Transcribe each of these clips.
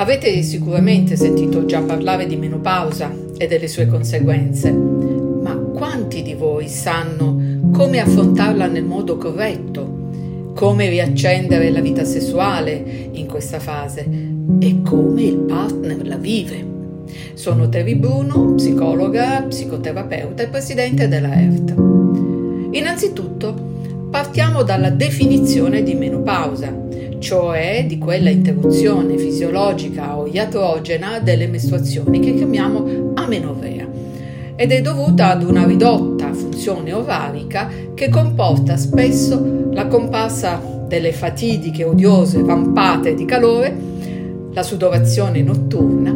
Avete sicuramente sentito già parlare di menopausa e delle sue conseguenze, ma quanti di voi sanno come affrontarla nel modo corretto, come riaccendere la vita sessuale in questa fase e come il partner la vive? Sono Terry Bruno, psicologa, psicoterapeuta e presidente della ERT. Innanzitutto partiamo dalla definizione di menopausa, cioè di quella interruzione fisiologica o iatrogena delle mestruazioni che chiamiamo amenorrea, ed è dovuta ad una ridotta funzione ovarica che comporta spesso la comparsa delle fatidiche, odiose vampate di calore, la sudorazione notturna,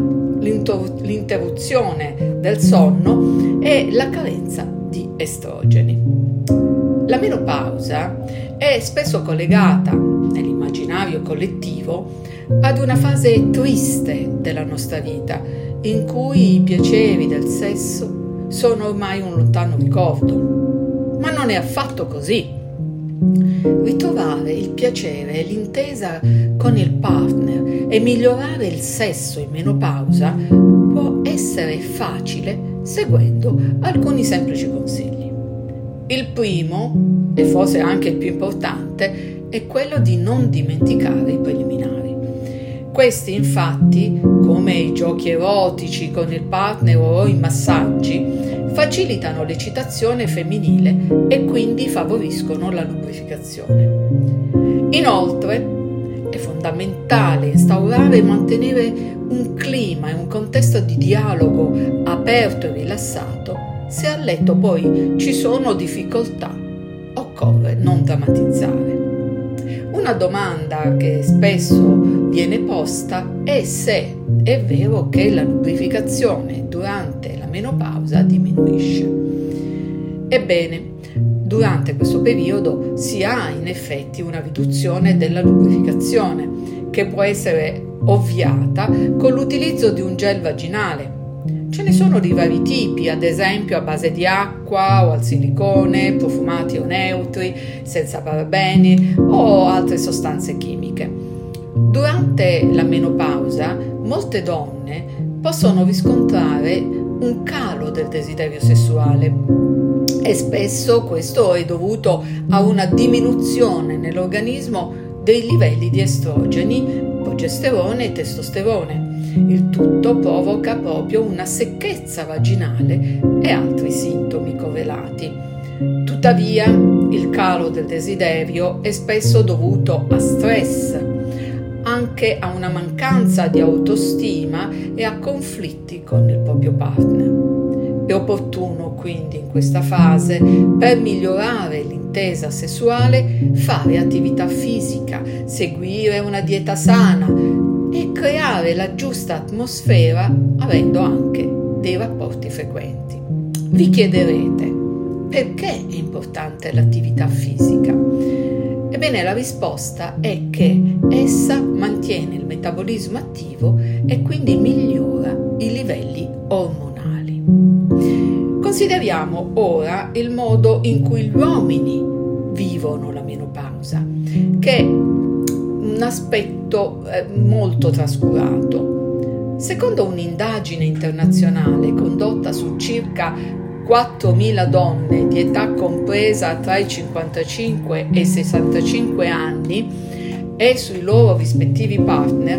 l'interruzione del sonno e la carenza di estrogeni. La menopausa è spesso collegata nell'immaginario collettivo ad una fase triste della nostra vita, in cui i piaceri del sesso sono ormai un lontano ricordo. Ma non è affatto così. Ritrovare il piacere e l'intesa con il partner e migliorare il sesso in menopausa può essere facile seguendo alcuni semplici consigli. Il primo, e forse anche il più importante, è quello di non dimenticare i preliminari. Questi, infatti, come i giochi erotici con il partner o i massaggi, facilitano l'eccitazione femminile e quindi favoriscono la lubrificazione. Inoltre, è fondamentale instaurare e mantenere un clima e un contesto di dialogo aperto e rilassato. Se a letto poi ci sono difficoltà, occorre non drammatizzare. Una domanda che spesso viene posta è se è vero che la lubrificazione durante la menopausa diminuisce. Ebbene, durante questo periodo si ha in effetti una riduzione della lubrificazione che può essere ovviata con l'utilizzo di un gel vaginale. Ce ne sono di vari tipi, ad esempio a base di acqua o al silicone, profumati o neutri, senza parabeni o altre sostanze chimiche. Durante la menopausa, molte donne possono riscontrare un calo del desiderio sessuale e spesso questo è dovuto a una diminuzione nell'organismo dei livelli di estrogeni, progesterone e testosterone. Il tutto provoca proprio una secchezza vaginale e altri sintomi correlati. Tuttavia, il calo del desiderio è spesso dovuto a stress, anche a una mancanza di autostima e a conflitti con il proprio partner. È opportuno quindi in questa fase, per migliorare l'intesa sessuale, fare attività fisica, seguire una dieta sana e creare la giusta atmosfera avendo anche dei rapporti frequenti. Vi chiederete perché è importante l'attività fisica? Ebbene, la risposta è che essa mantiene il metabolismo attivo e quindi migliora i livelli ormonali. Consideriamo ora il modo in cui gli uomini vivono la menopausa, che è un aspetto molto trascurato. Secondo un'indagine internazionale condotta su circa 4.000 donne di età compresa tra i 55 e i 65 anni e sui loro rispettivi partner,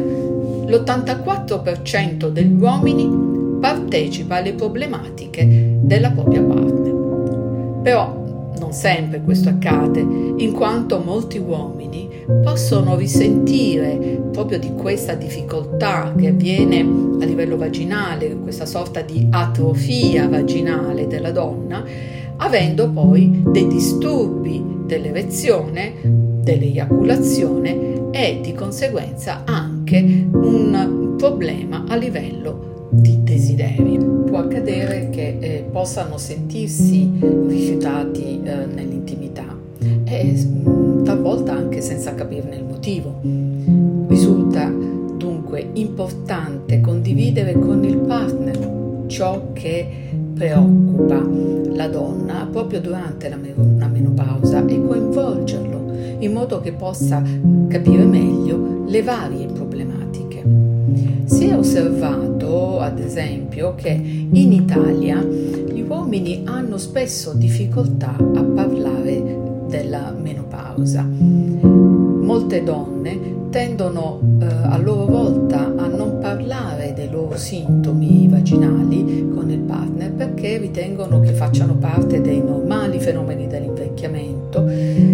l'84% degli uomini partecipa alle problematiche della propria partner. Però non sempre questo accade, in quanto molti uomini possono risentire proprio di questa difficoltà che avviene a livello vaginale, questa sorta di atrofia vaginale della donna, avendo poi dei disturbi dell'erezione, dell'eiaculazione e di conseguenza anche un problema a livello di desiderio. Può accadere che possano sentirsi rifiutati nell'intimità e talvolta anche senza capirne il motivo. Risulta dunque importante condividere con il partner ciò che preoccupa la donna proprio durante la menopausa e coinvolgerlo in modo che possa capire meglio le varie problematiche. Si è osservato, ad esempio, che in Italia gli uomini hanno spesso difficoltà a parlare della menopausa. Molte donne tendono a loro volta a non parlare dei loro sintomi vaginali con il partner perché ritengono che facciano parte dei normali fenomeni dell'invecchiamento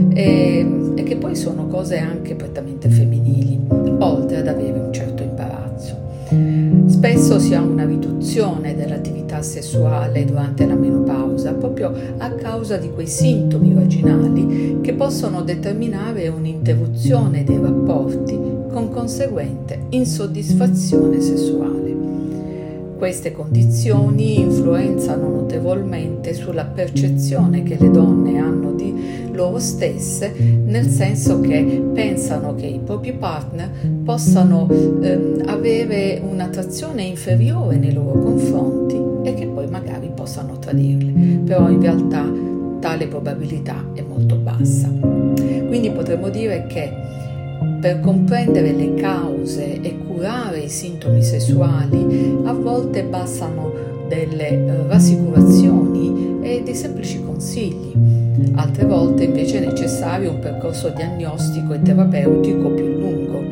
e che poi sono cose anche prettamente femminili, oltre ad avere un certo imbarazzo. Spesso si ha una riduzione dell'attività sessuale durante la menopausa proprio a causa di quei sintomi vaginali che possono determinare un'interruzione dei rapporti con conseguente insoddisfazione sessuale. Queste condizioni influenzano notevolmente sulla percezione che le donne hanno di loro stesse, nel senso che pensano che i propri partner possano avere un'attrazione inferiore nei loro confronti e che poi magari possano tradirle, però in realtà tale probabilità è molto bassa. Quindi potremmo dire che per comprendere le cause e curare i sintomi sessuali, a volte bastano delle rassicurazioni e dei semplici consigli. Altre volte invece è necessario un percorso diagnostico e terapeutico più lungo.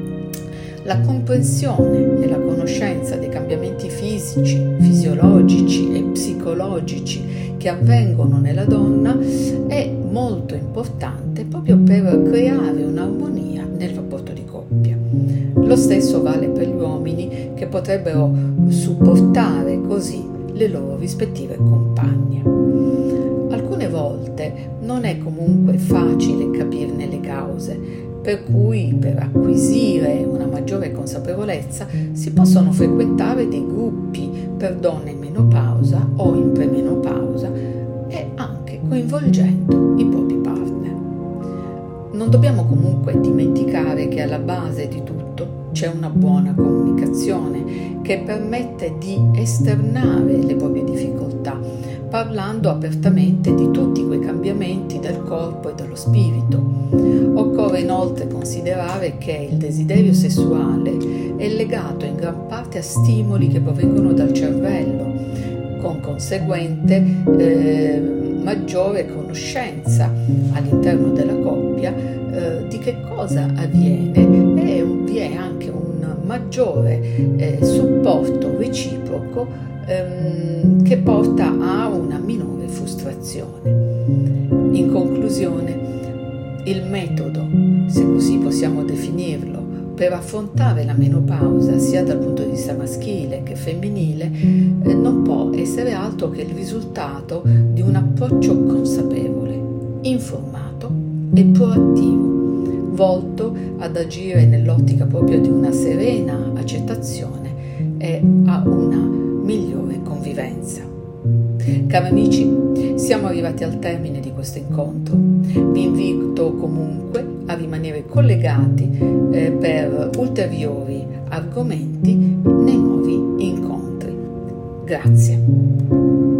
La comprensione e la conoscenza dei cambiamenti fisici, fisiologici e psicologici che avvengono nella donna è molto importante proprio per creare un'armonia nel rapporto di coppia. Lo stesso vale per gli uomini che potrebbero supportare così le loro rispettive compagne. Alcune volte non è comunque facile capirne le cause, per cui per acquisire una maggiore consapevolezza si possono frequentare dei gruppi per donne in menopausa o in premenopausa e anche coinvolgendo i propri partner. Non dobbiamo comunque dimenticare che alla base di tutto c'è una buona comunicazione che permette di esternare le proprie difficoltà, parlando apertamente di tutti quei cambiamenti del corpo e dello spirito. Occorre inoltre considerare che il desiderio sessuale è legato in gran parte a stimoli che provengono dal cervello, con conseguente maggiore conoscenza all'interno della coppia di che cosa avviene e vi è anche un maggiore supporto reciproco che porta a una minore frustrazione. In conclusione, il metodo, se così possiamo definirlo, per affrontare la menopausa sia dal punto di vista maschile che femminile non può essere altro che il risultato di un approccio consapevole, informato e proattivo, volto ad agire nell'ottica proprio di una serena accettazione e a una migliore convivenza. Cari amici, siamo arrivati al termine di questo incontro. Vi invito comunque a rimanere collegati per ulteriori argomenti nei nuovi incontri. Grazie.